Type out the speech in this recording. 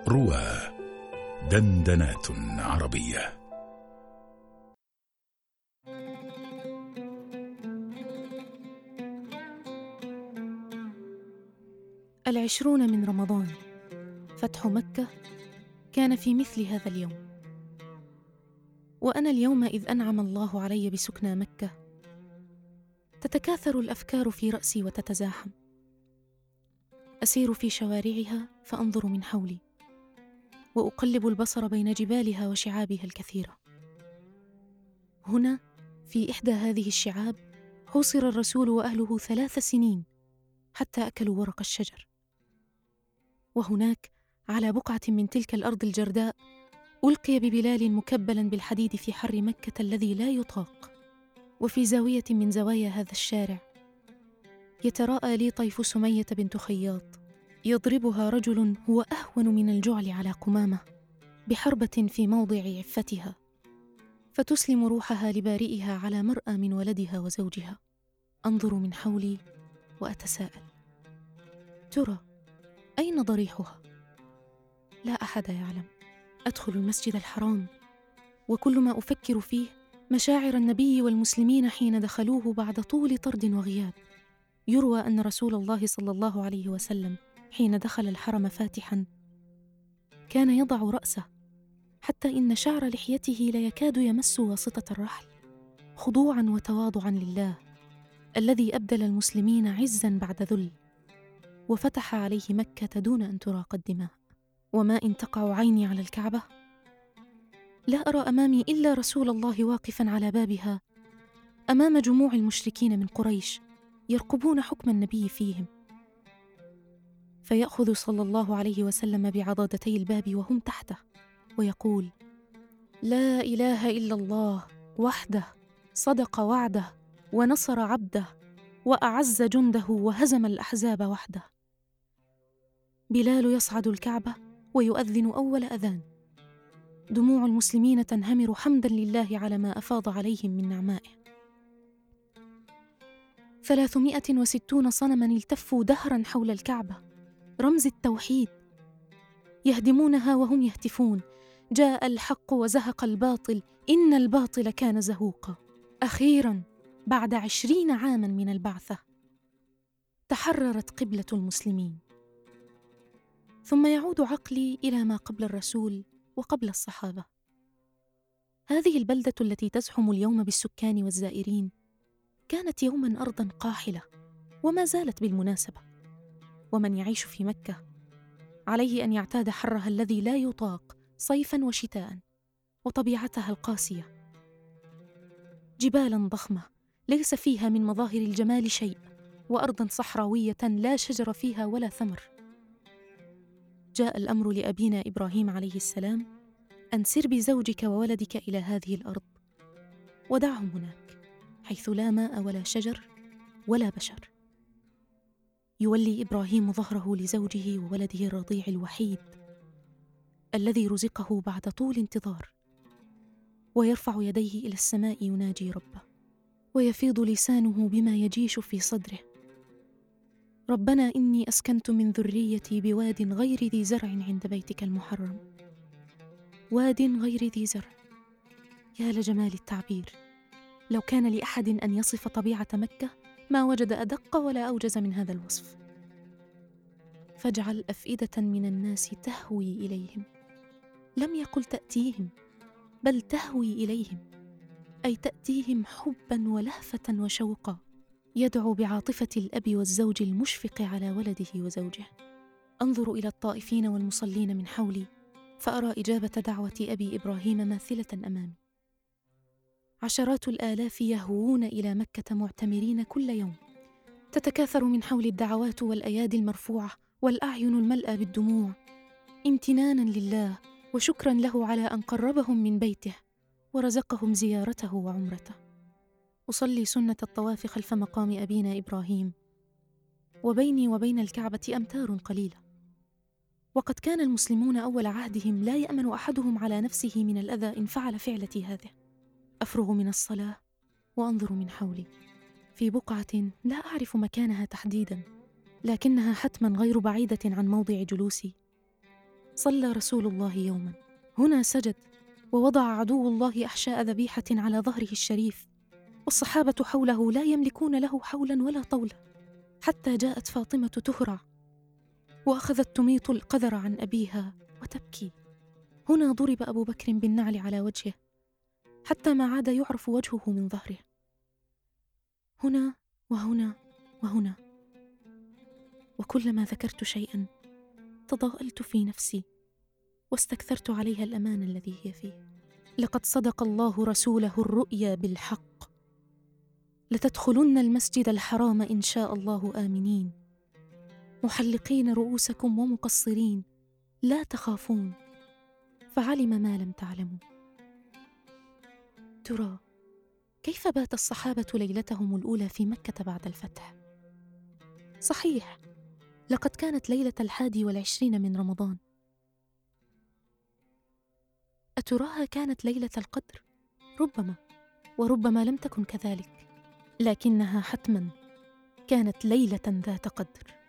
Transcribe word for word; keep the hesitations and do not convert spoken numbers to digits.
روى دندنات عربية. العشرون من رمضان، فتح مكة، كان في مثل هذا اليوم. وأنا اليوم إذ أنعم الله علي بسكنى مكة، تتكاثر الأفكار في رأسي وتتزاحم. أسير في شوارعها فأنظر من حولي، وأقلب البصر بين جبالها وشعابها الكثيرة. هنا في إحدى هذه الشعاب حوصر الرسول وأهله ثلاث سنين حتى أكلوا ورق الشجر. وهناك على بقعة من تلك الأرض الجرداء ألقي ببلال مكبلا بالحديد في حر مكة الذي لا يطاق. وفي زاوية من زوايا هذا الشارع يتراءى لي طيف سمية بنت خياط، يضربها رجل هو أهون من الجعل على قمامة بحربة في موضع عفتها، فتسلم روحها لبارئها على مرأى من ولدها وزوجها. أنظر من حولي وأتساءل، ترى أين ضريحها؟ لا أحد يعلم. أدخل المسجد الحرام، وكل ما أفكر فيه مشاعر النبي والمسلمين حين دخلوه بعد طول طرد وغياب. يروى أن رسول الله صلى الله عليه وسلم حين دخل الحرم فاتحا كان يضع رأسه، حتى إن شعر لحيته لا يكاد يمس واسطة الرحل، خضوعا وتواضعا لله الذي أبدل المسلمين عزا بعد ذل، وفتح عليه مكة دون أن تراق الدماء. وما إن تقع عيني على الكعبة لا أرى أمامي إلا رسول الله واقفا على بابها أمام جموع المشركين من قريش يرقبون حكم النبي فيهم، فيأخذ صلى الله عليه وسلم بعضادتي الباب وهم تحته ويقول: لا إله إلا الله وحده، صدق وعده ونصر عبده وأعز جنده وهزم الأحزاب وحده. بلال يصعد الكعبة ويؤذن أول أذان، دموع المسلمين تنهمر حمدا لله على ما أفاض عليهم من نعمائه. ثلاثمائة وستون صنما التفوا دهرا حول الكعبة، رمز التوحيد، يهدمونها وهم يهتفون: جاء الحق وزهق الباطل إن الباطل كان زهوقا. أخيرا بعد عشرين عاما من البعثة تحررت قبلة المسلمين. ثم يعود عقلي إلى ما قبل الرسول وقبل الصحابة. هذه البلدة التي تزحم اليوم بالسكان والزائرين كانت يوما أرضا قاحلة، وما زالت بالمناسبة. ومن يعيش في مكة عليه أن يعتاد حرها الذي لا يطاق صيفا وشتاء، وطبيعتها القاسية، جبالا ضخمة ليس فيها من مظاهر الجمال شيء، وأرضا صحراوية لا شجر فيها ولا ثمر. جاء الأمر لأبينا إبراهيم عليه السلام أن سر بزوجك وولدك إلى هذه الأرض ودعهم هناك حيث لا ماء ولا شجر ولا بشر. يولي إبراهيم ظهره لزوجه وولده الرضيع الوحيد الذي رزقه بعد طول انتظار، ويرفع يديه إلى السماء يناجي ربه، ويفيض لسانه بما يجيش في صدره: ربنا إني أسكنت من ذريتي بواد غير ذي زرع عند بيتك المحرم. واد غير ذي زرع، يا لجمال التعبير! لو كان لأحد أن يصف طبيعة مكة ما وجد أدق ولا أوجز من هذا الوصف. فاجعل أفئدة من الناس تهوي إليهم، لم يقل تأتيهم، بل تهوي إليهم، أي تأتيهم حبا ولهفة وشوقا. يدعو بعاطفة الأب والزوج المشفق على ولده وزوجه. أنظر إلى الطائفين والمصلين من حولي فأرى إجابة دعوة أبي إبراهيم ماثلة أمامي. عشرات الآلاف يهوون إلى مكة معتمرين كل يوم، تتكاثر من حول الدعوات والأيادي المرفوعة والأعين الملأى بالدموع، امتنانا لله وشكرا له على أن قربهم من بيته ورزقهم زيارته وعمرته. أصلي سنة الطواف خلف مقام أبينا إبراهيم، وبيني وبين الكعبة أمتار قليلة، وقد كان المسلمون أول عهدهم لا يأمن أحدهم على نفسه من الأذى إن فعل فعلتي هذه. أفرغ من الصلاة وأنظر من حولي في بقعة لا أعرف مكانها تحديدا، لكنها حتما غير بعيدة عن موضع جلوسي. صلى رسول الله يوما، هنا سجد ووضع عدو الله أحشاء ذبيحة على ظهره الشريف، والصحابة حوله لا يملكون له حولا ولا طولا، حتى جاءت فاطمة تهرع وأخذت تميط القذر عن أبيها وتبكي. هنا ضرب أبو بكر بالنعل على وجهه حتى ما عاد يعرف وجهه من ظهره. هنا وهنا وهنا، وكلما ذكرت شيئا تضاءلت في نفسي واستكثرت عليها الأمان الذي هي فيه. لقد صدق الله رسوله الرؤيا بالحق، لتدخلن المسجد الحرام إن شاء الله آمنين محلقين رؤوسكم ومقصرين لا تخافون، فعلم ما لم تعلموا. ترى كيف بات الصحابة ليلتهم الأولى في مكة بعد الفتح؟ صحيح، لقد كانت ليلة الحادي والعشرين من رمضان. أتراها كانت ليلة القدر؟ ربما، وربما لم تكن كذلك، لكنها حتما كانت ليلة ذات قدر.